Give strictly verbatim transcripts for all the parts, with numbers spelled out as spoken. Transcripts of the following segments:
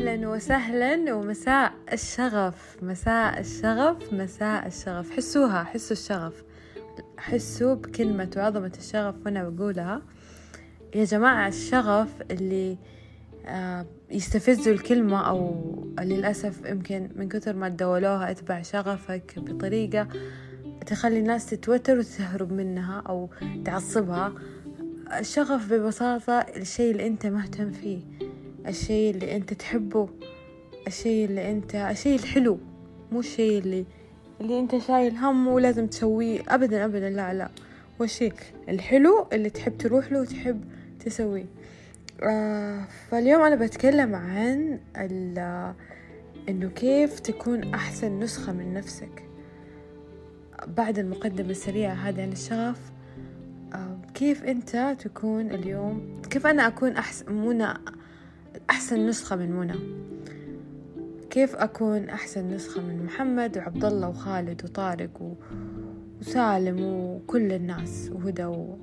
أهلا وسهلا ومساء الشغف مساء الشغف مساء الشغف حسوها حسوا الشغف، حسوا بكلمة وعظمة الشغف وأنا بقولها يا جماعة. الشغف اللي يستفزوا الكلمة أو للأسف يمكن من كثر ما تدولوها اتبع شغفك بطريقة تخلي الناس تتوتر وتهرب منها أو تعصبها. الشغف ببساطة الشيء اللي أنت مهتم فيه، الشيء اللي أنت تحبه، الشيء اللي أنت الشيء الحلو، مو الشيء اللي اللي أنت شايل هم ولازم تسويه أبدا أبدا، لا لا، والشيء الحلو اللي تحب تروح له وتحب تسويه. آه فاليوم أنا بتكلم عن إنه كيف تكون أحسن نسخة من نفسك. بعد المقدمة السريعة هذه عن الشغف، آه كيف أنت تكون اليوم، كيف أنا أكون أحسن منى، أحسن نسخة من منى، كيف أكون أحسن نسخة من محمد وعبد الله وخالد وطارق و... وسالم وكل الناس وهدى و...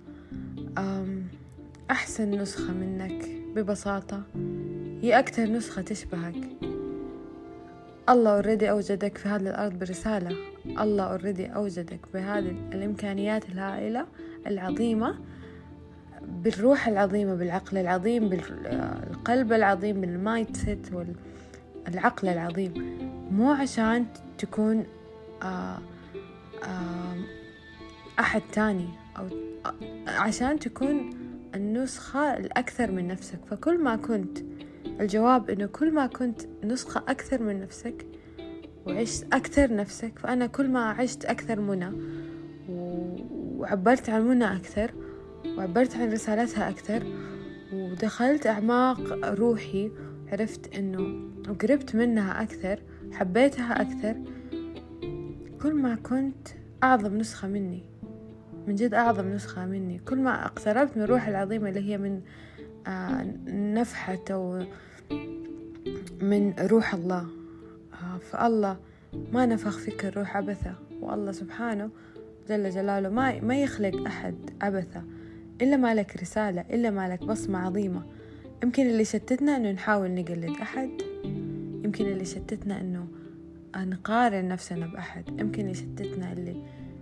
أحسن نسخة منك ببساطة هي أكتر نسخة تشبهك. الله أوريدي أوجدك في هذه الأرض برسالة، الله أوريدي أوجدك بهذه الإمكانيات الهائلة العظيمة، بالروح العظيمة، بالعقل العظيم، بالقلب العظيم، بالمايند سيت والعقل العظيم، مو عشان تكون آآ آآ أحد تاني أو عشان تكون النسخة الأكثر من نفسك. فكل ما كنت، الجواب إنه كل ما كنت نسخة أكثر من نفسك وعشت أكثر نفسك، فأنا كل ما عشت أكثر منى وعبرت عن منى أكثر وعبرت عن رسالتها أكثر ودخلت أعماق روحي، عرفت إنه وقربت منها أكثر، حبيتها أكثر، كل ما كنت أعظم نسخة مني، من جد أعظم نسخة مني. كل ما اقتربت من الروح العظيمة اللي هي من آه نفحة أو من روح الله. آه فالله ما نفخ فيك الروح عبثة، والله سبحانه جل جلاله ما ما يخلق أحد عبثة إلا ما لك رسالة، إلا ما لك بصمة عظيمة. يمكن اللي شتتنا إنه نحاول نقلد أحد، يمكن اللي شتتنا إنه نقارن نفسنا بأحد، يمكن اللي شتتنا اللي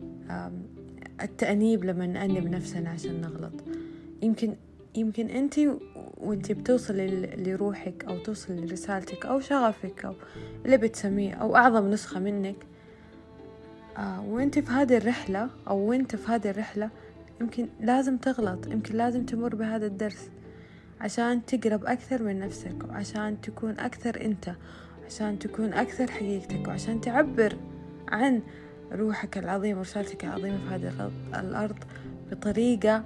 التأنيب لما نأنب نفسنا عشان نغلط. يمكن يمكن أنت وأنت بتوصل لروحك أو توصل لرسالتك أو شغفك أو اللي بتسميه أو أعظم نسخة منك، آه وأنت في هذه الرحلة أو وأنت في هذه الرحلة يمكن لازم تغلط، يمكن لازم تمر بهذا الدرس عشان تقرب أكثر من نفسك، وعشان تكون أكثر أنت، عشان تكون أكثر حقيقتك، وعشان تعبر عن روحك العظيم ورسالتك العظيمة في هذه الأرض بطريقة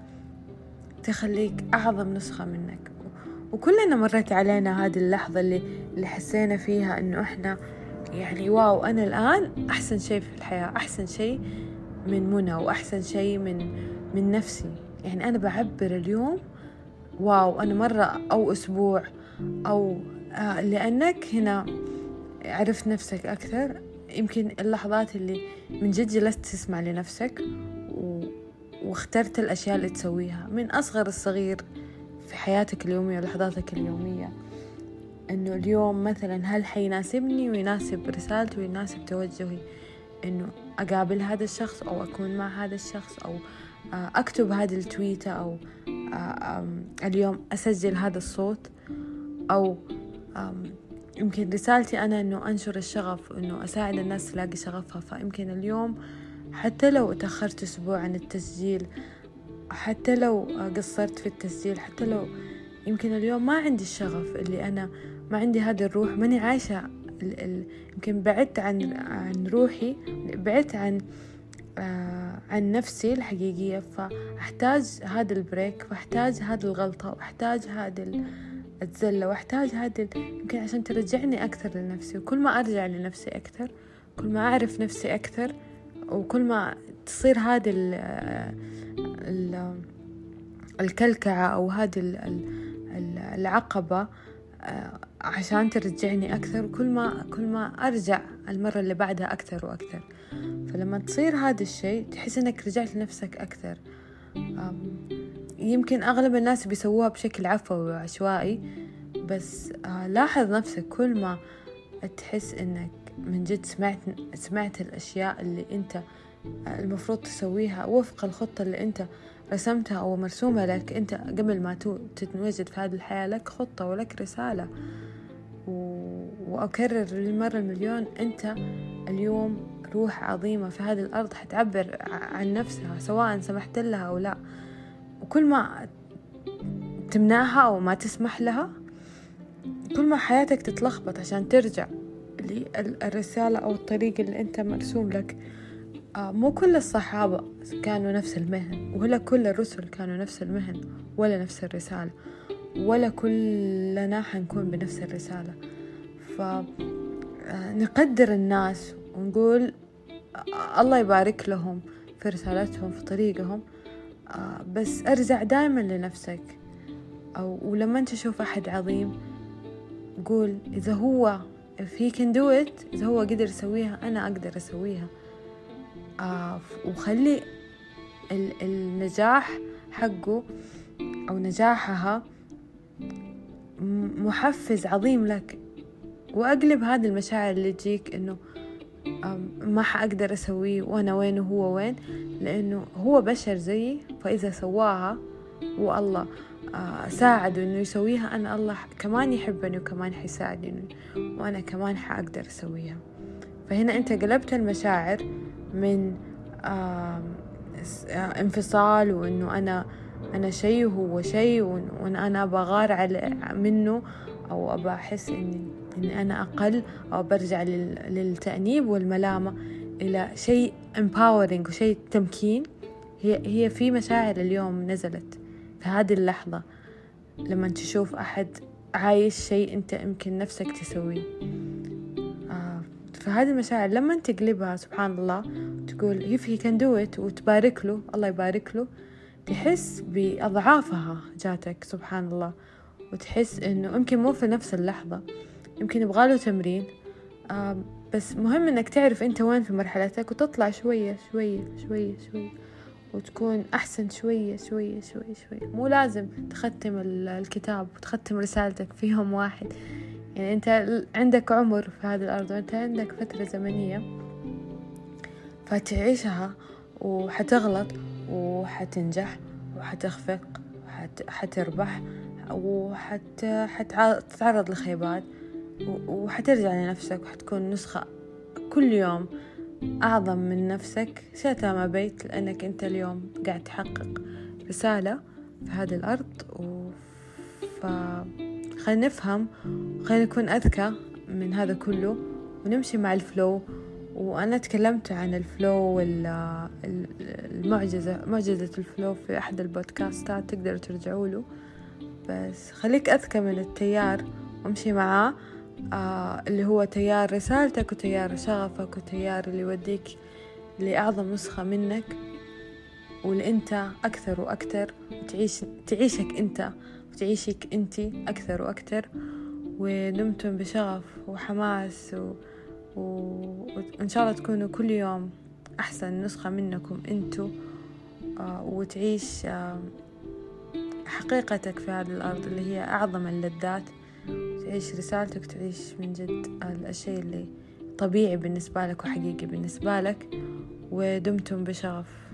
تخليك أعظم نسخة منك. وكلنا مرت علينا هذه اللحظة اللي, اللي حسينا فيها إنه إحنا يعني واو، أنا الآن أحسن شيء في الحياة، أحسن شيء من منى، وأحسن شيء من من نفسي. يعني أنا بعبر اليوم واو، أنا مرة أو أسبوع أو آه لأنك هنا عرفت نفسك أكثر. يمكن اللحظات اللي من جد جلست تسمع لنفسك و... واخترت الأشياء اللي تسويها من أصغر الصغير في حياتك اليومية ولحظاتك اليومية، إنه اليوم مثلا هل حيناسبني ويناسب رسالتي ويناسب توجهي إنه أقابل هذا الشخص أو أكون مع هذا الشخص أو أكتب هذه التويتة أو اليوم أسجل هذا الصوت، أو يمكن رسالتي أنا إنه أنشر الشغف، إنه أساعد الناس تلاقي شغفها. فيمكن اليوم حتى لو تأخرت أسبوع عن التسجيل، حتى لو قصرت في التسجيل، حتى لو يمكن اليوم ما عندي الشغف اللي أنا ما عندي هذا الروح، ماني عايشة ال ال يمكن بعدت عن عن روحي، بعدت عن آه عن نفسي الحقيقية، فأحتاج هذا البريك، وأحتاج هذه الغلطة، وأحتاج هذا الزلة، واحتاج هذا يمكن عشان ترجعني أكثر لنفسي. وكل ما أرجع لنفسي أكثر، كل ما أعرف نفسي أكثر، وكل ما تصير هذه ال ال الكلكعة أو هذه العقبة عشان ترجعني أكثر، كل ما كل ما أرجع المرة اللي بعدها أكثر وأكثر. فلما تصير هذا الشيء تحس إنك رجعت لنفسك أكثر. يمكن أغلب الناس بيسووها بشكل عفوي وعشوائي، بس آه لاحظ نفسك كل ما تحس إنك من جد سمعت سمعت الأشياء اللي أنت المفروض تسويها وفق الخطة اللي أنت رسمتها أو مرسومة لك أنت قبل ما تتواجد في هذه الحياة. لك خطة ولك رسالة. وأكرر للمرة المليون، أنت اليوم روح عظيمة في هذه الأرض حتعبر عن نفسها سواء سمحت لها أو لا. وكل ما تمنعها أو ما تسمح لها كل ما حياتك تتلخبط عشان ترجع للرسالة أو الطريق اللي أنت مرسوم لك. آه مو كل الصحابة كانوا نفس المهن، ولا كل الرسل كانوا نفس المهن ولا نفس الرسالة، ولا كلنا حنكون بنفس الرسالة. فنقدر الناس ونقول الله يبارك لهم في رسالتهم في طريقهم، آه بس أرجع دائما لنفسك. أو ولما تشوف أحد عظيم قول إذا هو if he can do it، إذا هو قدر يسويها أنا أقدر أسويها. آه وخلي النجاح حقه أو نجاحها محفز عظيم لك. وأقلب هذه المشاعر اللي تجيك إنه ما حأقدر أسويه وأنا وين وهو وين، لأنه هو بشر زيي، فإذا سواها والله ساعده إنه يسويها، أنا الله كمان يحبني وكمان حيساعدني وأنا كمان حأقدر أسويها. فهنا أنت قلبت المشاعر من انفصال وإنه أنا أنا شيء وهو شيء، وأنا أنا بغار على منه أو أبى أحس إني إني أنا أقل، أو برجع للتأنيب والملامة، إلى شيء empowering وشيء تمكين. هي هي في مشاعر اليوم نزلت في هذه اللحظة لما تشوف أحد عايش شيء أنت يمكن نفسك تسويه. آه فهذه المشاعر لما تقلبها سبحان الله تقول if he can do it وتبارك له، الله يبارك له، تحس بأضعافها جاتك سبحان الله. وتحس إنه يمكن مو في نفس اللحظة، يمكن يبغاله تمرين، آه بس مهم إنك تعرف أنت وين في مرحلتك وتطلع شوية شوية شوية شوية وتكون أحسن شوية شوية شوية شوية. مو لازم تختم الكتاب وتختم رسالتك في يوم واحد. يعني أنت عندك عمر في هذه الأرض وأنت عندك فترة زمنية فتعيشها، وحتغلط وحتنجح وحتخفق وحتربح وحتتعرض لخيبات وحترجع لنفسك وحتكون نسخة كل يوم أعظم من نفسك شئت ما بيت، لأنك أنت اليوم قاعد تحقق رسالة في هذه الأرض. فخلينا نفهم وخلينا نكون أذكى من هذا كله ونمشي مع الفلو. وأنا تكلمت عن الفلو والمعجزة معجزة الفلو في أحد البودكاستات، تقدروا ترجعوا له. بس خليك أذكى من التيار وامشي معاه، آه اللي هو تيار رسالتك وتيار شغفك وتيار اللي يوديك لأعظم نسخة منك واللي أنت أكثر وأكثر، وتعيش تعيشك أنت وتعيشك أنتي أكثر وأكثر. ودمتم بشغف وحماس و... و... وإن شاء الله تكونوا كل يوم أحسن نسخة منكم أنتوا، آه وتعيش آه حقيقتك في هذه الأرض اللي هي أعظم اللذات. تعيش رسالتك، تعيش من جد الشيء اللي طبيعي بالنسبة لك وحقيقي بالنسبة لك. ودمتم بشغف.